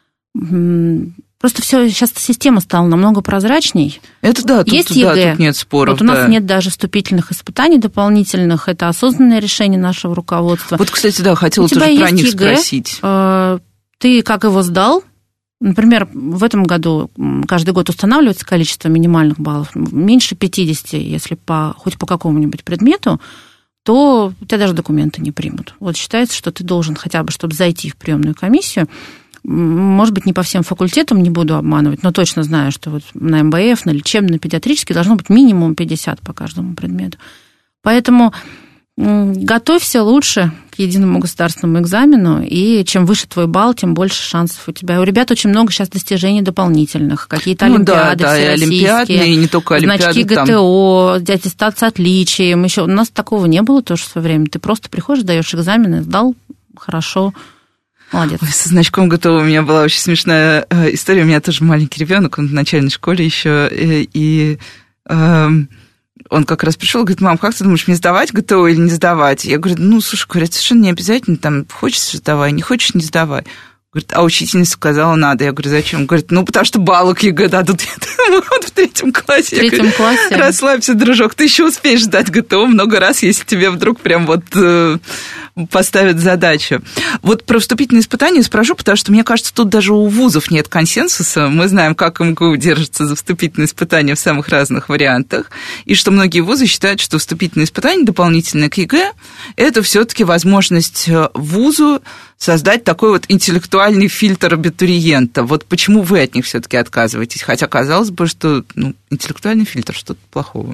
C: просто все, сейчас система стала намного прозрачней.
B: Это да, тут,
C: есть
B: да,
C: ЕГЭ.
B: Тут нет споров.
C: Вот у нас
B: да.
C: нет даже вступительных испытаний дополнительных, это осознанное решение нашего руководства.
B: Вот, кстати, да, хотела тоже про них
C: ЕГЭ,
B: спросить.
C: Ты как его сдал? Например, в этом году каждый год устанавливается количество минимальных баллов, меньше пятидесяти, если по, хоть по какому-нибудь предмету, то у тебя даже документы не примут. Вот считается, что ты должен хотя бы, чтобы зайти в приемную комиссию, может быть, не по всем факультетам, не буду обманывать, но точно знаю, что вот на эм бэ эф, на лечебный, на педиатрический должно быть минимум пятьдесят по каждому предмету. Поэтому Готовься лучше к единому государственному экзамену, и чем выше твой балл, тем больше шансов у тебя. У ребят очень много сейчас достижений дополнительных, какие-то ну, олимпиады, да, да, всероссийские, и олимпиадные, и не только олимпиады, значки ГТО, там... аттестат с отличием. Еще у нас такого не было тоже в свое время. Ты просто приходишь, даешь экзамены, сдал хорошо. Молодец. Ой,
B: со значком ГТО у меня была очень смешная история. У меня тоже маленький ребенок, он в начальной школе еще, и... и э... он как раз пришел, говорит: мам, как ты думаешь, мне сдавать ГТО или не сдавать? Я говорю: ну, слушай, говорят, совершенно не обязательно, там, хочешь – сдавай, не хочешь – не сдавай. Говорит: а учительница сказала, надо. Я говорю: зачем? Говорит: ну, потому что баллы к ЕГЭ дадут. Я думаю, вот в третьем классе.
C: В третьем
B: говорю,
C: классе?
B: Расслабься, дружок, ты еще успеешь сдать ГТО много раз, если тебе вдруг прям вот э, поставят задачу. Вот про вступительные испытания спрошу, потому что, мне кажется, тут даже у вузов нет консенсуса. Мы знаем, как МГУ держится за вступительные испытания в самых разных вариантах, и что многие вузы считают, что вступительные испытания дополнительные к ЕГЭ – это все-таки возможность вузу создать такой вот интеллектуальный фильтр абитуриента. Вот почему вы от них все-таки отказываетесь? Хотя казалось бы, что ну, интеллектуальный фильтр, что-то плохого.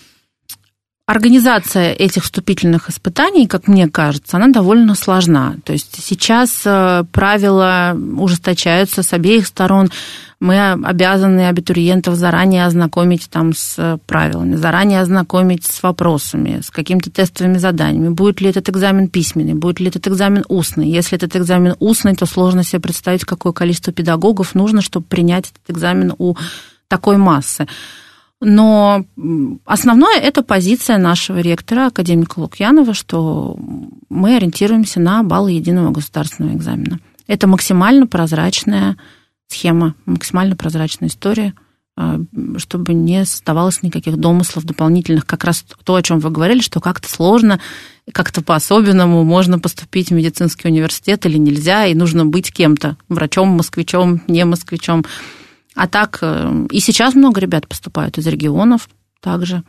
C: Организация этих вступительных испытаний, как мне кажется, она довольно сложна. То есть сейчас правила ужесточаются с обеих сторон. Мы обязаны абитуриентов заранее ознакомить там с правилами, заранее ознакомить с вопросами, с какими-то тестовыми заданиями. Будет ли этот экзамен письменный, будет ли этот экзамен устный. Если этот экзамен устный, то сложно себе представить, какое количество педагогов нужно, чтобы принять этот экзамен у такой массы. Но основное – это позиция нашего ректора, академика Лукьянова, что мы ориентируемся на баллы единого государственного экзамена. Это максимально прозрачная схема, максимально прозрачная история, чтобы не создавалось никаких домыслов дополнительных. Как раз то, о чем вы говорили, что как-то сложно, как-то по-особенному можно поступить в медицинский университет или нельзя, и нужно быть кем-то, врачом, москвичом, не москвичом. А так, и сейчас много ребят поступают из регионов также.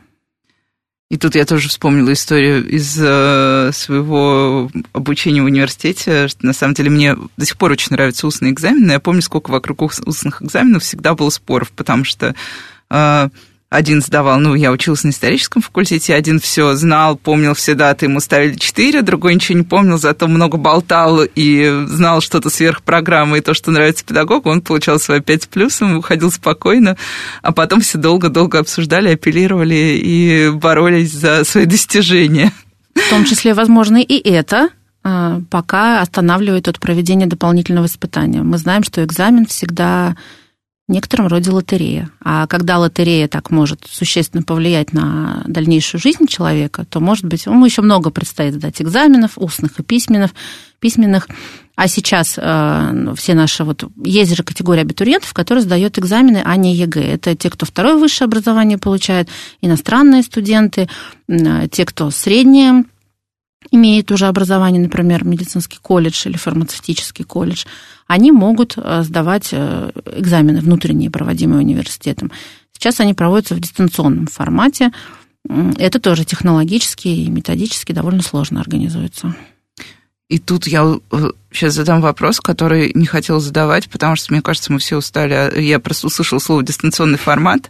B: И тут я тоже вспомнила историю из э, своего обучения в университете, что на самом деле мне до сих пор очень нравятся устные экзамены. Я помню, сколько вокруг устных экзаменов всегда было споров, потому что э, один сдавал, ну, я училась на историческом факультете, один все знал, помнил все даты, ему ставили четыре, другой ничего не помнил, зато много болтал и знал что-то сверх программы, и то, что нравится педагогу, он получал свои пять с плюсом, уходил спокойно, а потом все долго-долго обсуждали, апеллировали и боролись за свои достижения.
C: В том числе, возможно, и это пока останавливает от проведения дополнительного испытания. Мы знаем, что экзамен всегда в некотором роде лотерея. А когда лотерея так может существенно повлиять на дальнейшую жизнь человека, то, может быть, ему еще много предстоит сдать экзаменов, устных и письменных. письменных. А сейчас э, все наши... Вот, есть же категория абитуриентов, которые сдают экзамены, а не ЕГЭ. Это те, кто второе высшее образование получает, иностранные студенты, э, те, кто среднее имеет уже образование, например, медицинский колледж или фармацевтический колледж, они могут сдавать экзамены внутренние, проводимые университетом. Сейчас они проводятся в дистанционном формате. Это тоже технологически и методически довольно сложно организуется.
B: И тут я сейчас задам вопрос, который не хотела задавать, потому что, мне кажется, мы все устали. Я просто услышала слово «дистанционный формат».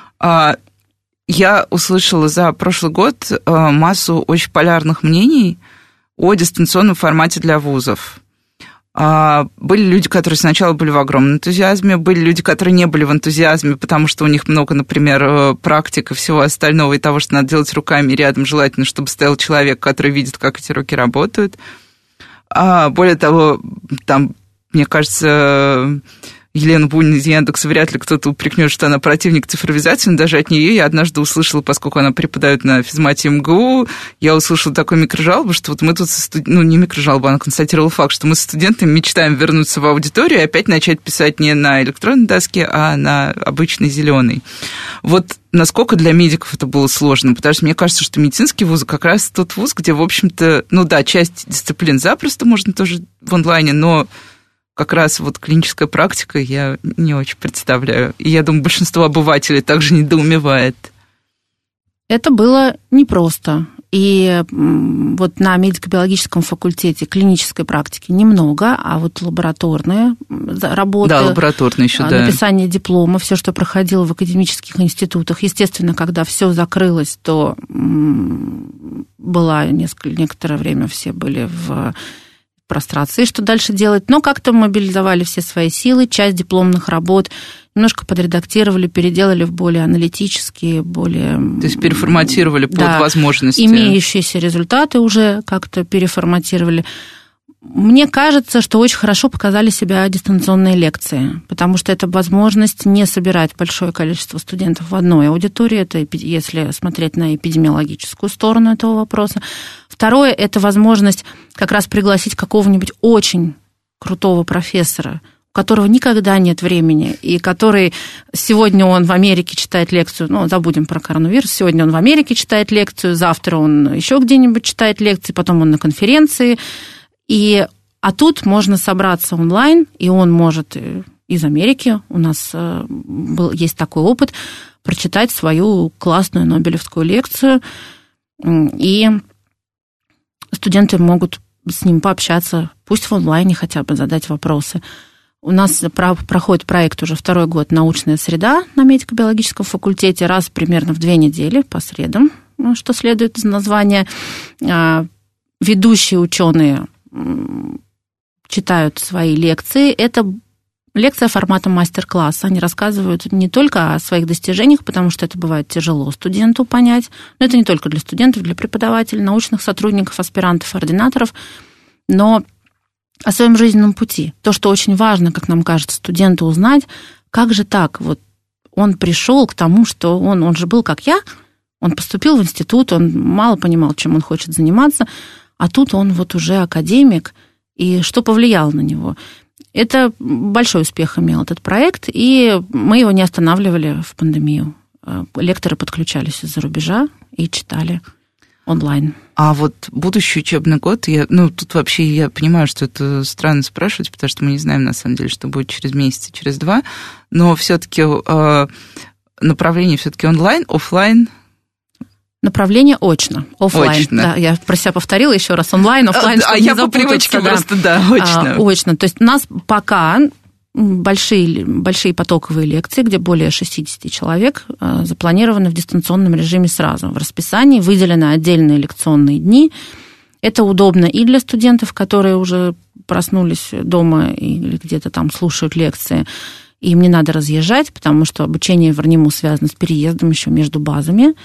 B: Я услышала за прошлый год массу очень полярных мнений о дистанционном формате для вузов. Были люди, которые сначала были в огромном энтузиазме, были люди, которые не были в энтузиазме, потому что у них много, например, практик и всего остального, и того, что надо делать руками, и рядом желательно, чтобы стоял человек, который видит, как эти руки работают. Более того, там, мне кажется... Елену Бунин из Яндекса вряд ли кто-то упрекнет, что она противник цифровизации, но даже от нее я однажды услышала, поскольку она преподает на физмате МГУ, я услышала такую микрожалбу, что вот мы тут, студ... ну, не микрожалбу, она констатировала факт, что мы с студентами мечтаем вернуться в аудиторию и опять начать писать не на электронной доске, а на обычной зеленой. Вот насколько для медиков это было сложно, потому что мне кажется, что медицинский вуз как раз тот вуз, где, в общем-то, ну да, часть дисциплин запросто можно тоже в онлайне, но как раз вот клиническая практика я не очень представляю. И я думаю, большинство обывателей также недоумевает.
C: Это было непросто. И вот на медико-биологическом факультете клинической практики немного, а вот лабораторные работы,
B: да, лабораторные еще, да.
C: Написание диплома, все, что проходило в академических институтах. Естественно, когда все закрылось, то была, несколько, некоторое время все были в прострации, что дальше делать, но как-то мобилизовали все свои силы, часть дипломных работ немножко подредактировали, переделали в более аналитические, более...
B: То есть переформатировали под
C: да,
B: возможности.
C: Имеющиеся результаты уже как-то переформатировали. Мне кажется, что очень хорошо показали себя дистанционные лекции, потому что это возможность не собирать большое количество студентов в одной аудитории, это если смотреть на эпидемиологическую сторону этого вопроса. Второе, это возможность как раз пригласить какого-нибудь очень крутого профессора, у которого никогда нет времени, и который сегодня он в Америке читает лекцию, ну, забудем про коронавирус, сегодня он в Америке читает лекцию, завтра он еще где-нибудь читает лекции, потом он на конференции. И, а тут можно собраться онлайн, и он может из Америки, у нас был, есть такой опыт, прочитать свою классную нобелевскую лекцию, и студенты могут с ним пообщаться, пусть в онлайне хотя бы задать вопросы. У нас проходит проект уже второй год «Научная среда» на медико-биологическом факультете, раз примерно в две недели по средам, что следует из названия. Ведущие ученые читают свои лекции. Это лекция форматом мастер-класса. Они рассказывают не только о своих достижениях, потому что это бывает тяжело студенту понять, но это не только для студентов, для преподавателей, научных сотрудников, аспирантов, ординаторов, но о своем жизненном пути. То, что очень важно, как нам кажется, студенту узнать, как же так, вот он пришел к тому, что он, он же был как я, он поступил в институт, он мало понимал, чем он хочет заниматься, а тут он вот уже академик, и что повлияло на него. Это большой успех имел этот проект, и мы его не останавливали в пандемию. Лекторы подключались из-за рубежа и читали онлайн.
B: А вот будущий учебный год, я, ну, тут вообще я понимаю, что это странно спрашивать, потому что мы не знаем, на самом деле, что будет через месяц, через два, но все-таки э, направление все-таки онлайн, офлайн.
C: Направление очно, офлайн.
B: Очно.
C: Да, я про себя повторила еще раз, онлайн, офлайн,
B: а,
C: чтобы
B: а
C: не
B: я по привычке
C: да.
B: просто, да, очно.
C: А, очно. То есть у нас пока большие, большие потоковые лекции, где более шестьдесят человек, запланированы в дистанционном режиме сразу. В расписании выделены отдельные лекционные дни. Это удобно и для студентов, которые уже проснулись дома или где-то там слушают лекции, им не надо разъезжать, потому что обучение в РНИМУ связано с переездом еще между базами,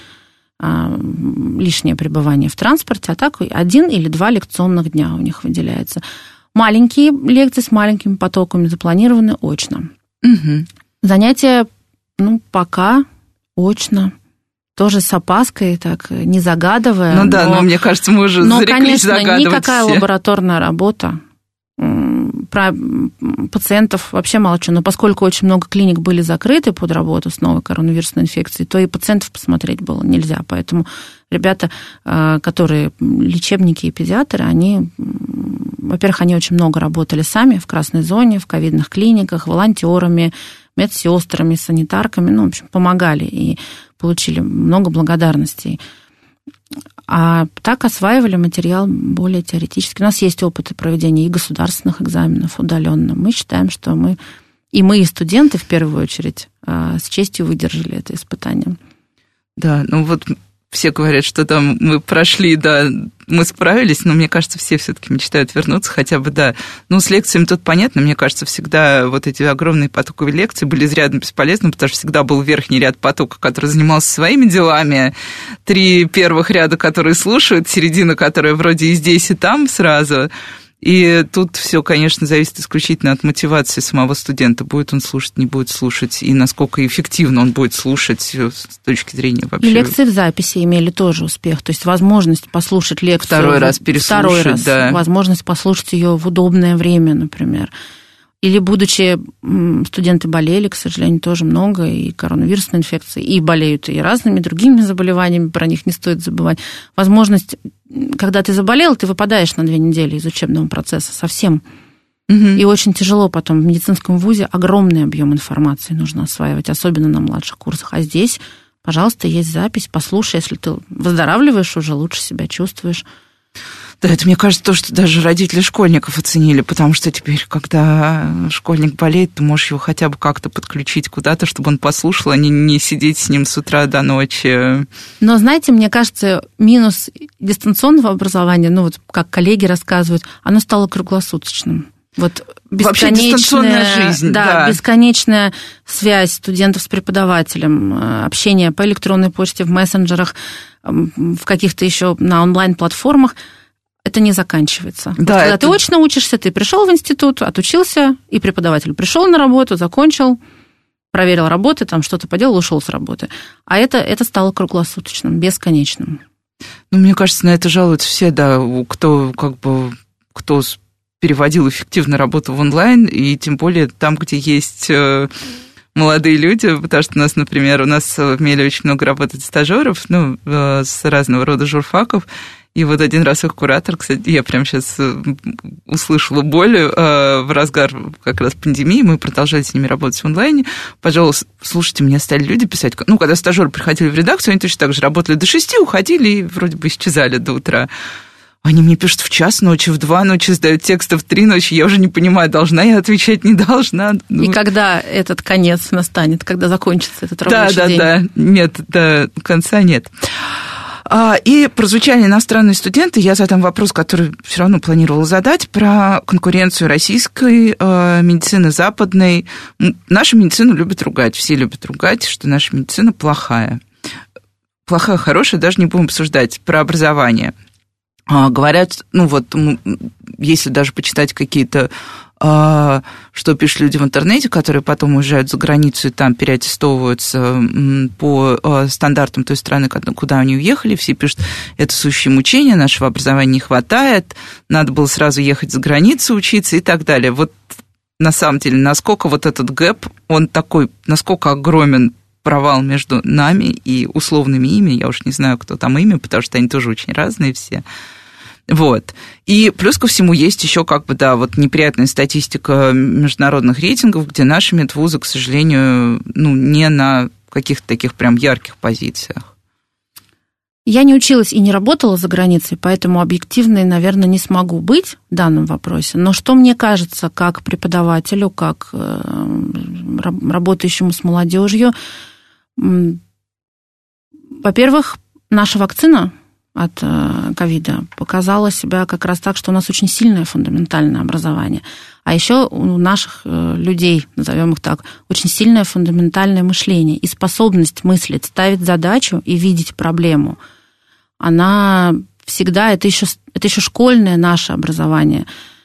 C: лишнее пребывание в транспорте, а так один или два лекционных дня у них выделяется. Маленькие лекции с маленькими потоками запланированы очно.
B: Угу.
C: Занятия, ну, пока очно. Тоже с опаской, так, не загадывая.
B: Ну да, но, но мне кажется, мы уже
C: но,
B: зареклись
C: конечно,
B: загадывать
C: никакая
B: все.
C: Лабораторная работа. Про пациентов вообще молчу, но поскольку очень много клиник были закрыты под работу с новой коронавирусной инфекцией, то и пациентов посмотреть было нельзя. Поэтому ребята, которые лечебники и педиатры, они, во-первых, они очень много работали сами в красной зоне, в ковидных клиниках, волонтерами, медсестрами, санитарками, ну, в общем, помогали и получили много благодарностей. А так осваивали материал более теоретически. У нас есть опыт проведения и государственных экзаменов удаленно. Мы считаем, что мы, и мы, и студенты, в первую очередь, с честью выдержали это испытание.
B: Да, ну вот все говорят, что там мы прошли, да, мы справились, но мне кажется, все все-таки мечтают вернуться хотя бы, да. Ну, с лекциями тут понятно, мне кажется, всегда вот эти огромные потоковые лекции были изрядно бесполезны, потому что всегда был верхний ряд потока, который занимался своими делами, три первых ряда, которые слушают, середина, которая вроде и здесь, и там сразу. И тут все, конечно, зависит исключительно от мотивации самого студента. Будет он слушать, не будет слушать, и насколько эффективно он будет слушать с точки зрения вообще.
C: И лекции в записи имели тоже успех. То есть возможность послушать лекцию...
B: Второй раз переслушать,
C: Второй раз,
B: да.
C: Возможность послушать ее в удобное время, например. Или, будучи, студенты болели, к сожалению, тоже много, и коронавирусной инфекцией, и болеют и разными другими заболеваниями, про них не стоит забывать. Возможность, когда ты заболел, ты выпадаешь на две недели из учебного процесса совсем. Угу. И очень тяжело потом в медицинском вузе огромный объем информации нужно осваивать, особенно на младших курсах. А здесь, пожалуйста, есть запись, послушай, если ты выздоравливаешь уже, лучше себя чувствуешь.
B: Да, это, мне кажется, то, что даже родители школьников оценили, потому что теперь, когда школьник болеет, ты можешь его хотя бы как-то подключить куда-то, чтобы он послушал, а не, не сидеть с ним с утра до ночи.
C: Но, знаете, мне кажется, минус дистанционного образования, ну вот как коллеги рассказывают, оно стало круглосуточным. Вот бесконечная,
B: жизнь,
C: да,
B: да.
C: бесконечная связь студентов с преподавателем, общение по электронной почте, в мессенджерах, в каких-то еще на онлайн-платформах, это не заканчивается.
B: Да,
C: вот, когда
B: это...
C: ты очно учишься, ты пришел в институт, отучился, и преподаватель пришел на работу, закончил, проверил работы, там что-то поделал, ушел с работы. А это, это стало круглосуточным, бесконечным.
B: Ну, мне кажется, на это жалуются все, да, кто как бы, кто переводил эффективно работу в онлайн, и тем более там, где есть молодые люди, потому что у нас, например, у нас в МЕЛе очень много работает стажеров, ну, с разного рода журфаков, и вот один раз их куратор, кстати, я прямо сейчас услышала боль в разгар как раз пандемии, мы продолжали с ними работать в онлайне. Пожалуйста, слушайте, мне стали люди писать, ну, когда стажеры приходили в редакцию, они точно так же работали до шести, уходили и вроде бы исчезали до утра. Они мне пишут в час ночи, в два ночи, сдают тексты в три ночи, я уже не понимаю, должна я отвечать, не должна. Ну...
C: И когда этот конец настанет, когда закончится этот рабочий
B: да,
C: день?
B: Да, да, да, нет, до конца нет. И прозвучали иностранные студенты, я задам вопрос, который все равно планировала задать, про конкуренцию российской медицины, западной. Нашу медицину любят ругать, все любят ругать, что наша медицина плохая. Плохая, хорошая, даже не будем обсуждать. Про образование. Говорят, ну вот, если даже почитать какие-то, что пишут люди в интернете, которые потом уезжают за границу и там переаттестовываются по стандартам той страны, куда они уехали, все пишут, это сущее мучение, нашего образования не хватает, надо было сразу ехать за границу учиться и так далее. Вот на самом деле, насколько вот этот гэп, он такой, насколько огромен провал между нами и условными ими, я уж не знаю, кто там ими, потому что они тоже очень разные все. Вот. И плюс ко всему есть еще как бы, да, вот неприятная статистика международных рейтингов, где наши медвузы, к сожалению, ну, не на каких-то таких прям ярких позициях.
C: Я не училась и не работала за границей, поэтому объективной, наверное, не смогу быть в данном вопросе. Но что мне кажется, как преподавателю, как работающему с молодежью, во-первых, наша вакцина от ковида показала себя как раз так, что у нас очень сильное фундаментальное образование. А еще у наших людей, назовем их так, очень сильное фундаментальное мышление и способность мыслить, ставить задачу и видеть проблему. Она всегда, это еще, это еще школьное наше образование.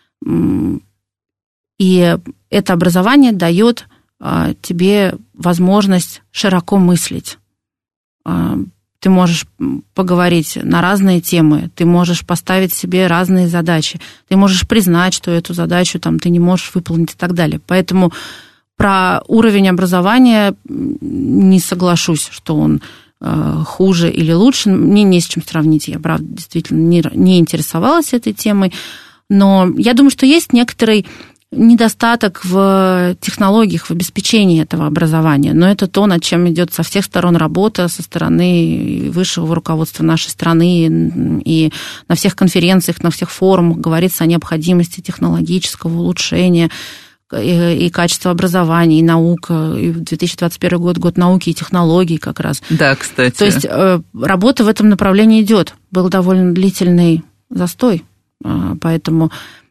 C: И это образование дает тебе возможность широко мыслить. Ты можешь поговорить на разные темы, ты можешь поставить себе разные задачи, ты можешь признать, что эту задачу там, ты не можешь выполнить и так далее. Поэтому про уровень образования не соглашусь, что он хуже или лучше. Мне не с чем сравнить. Я, правда, действительно не, не интересовалась этой темой. Но я думаю, что есть некоторый недостаток в технологиях, в обеспечении этого образования, но это то, над чем идет со всех сторон работа, со стороны высшего руководства нашей страны, и на всех конференциях, на всех форумах говорится о необходимости технологического улучшения и качества образования, и наука, и две тысячи двадцать первый год, год науки и технологий как раз.
B: Да, кстати.
C: То есть работа в этом направлении идет. Был довольно длительный застой, поэтому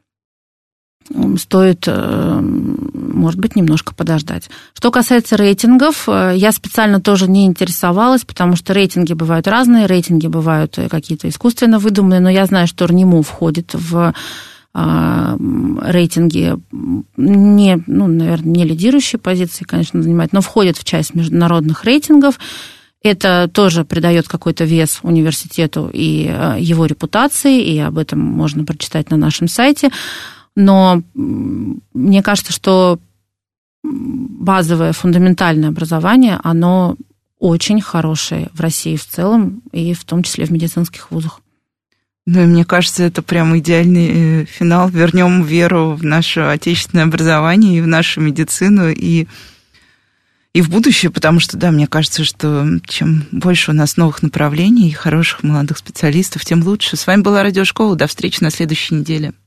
C: стоит, может быть, немножко подождать. Что касается рейтингов, я специально тоже не интересовалась, потому что рейтинги бывают разные, рейтинги бывают какие-то искусственно выдуманные, но я знаю, что РНИМУ входит в рейтинги, не, ну, наверное, не лидирующие позиции, конечно, занимает, но входит в часть международных рейтингов. Это тоже придает какой-то вес университету и его репутации, и об этом можно прочитать на нашем сайте. Но мне кажется, что базовое, фундаментальное образование, оно очень хорошее в России в целом, и в том числе в медицинских вузах.
B: Ну, и мне кажется, это прям идеальный финал. Вернем веру в наше отечественное образование и в нашу медицину, и, и в будущее, потому что, да, мне кажется, что чем больше у нас новых направлений и хороших молодых специалистов, тем лучше. С вами была Радиошкола. До встречи на следующей неделе.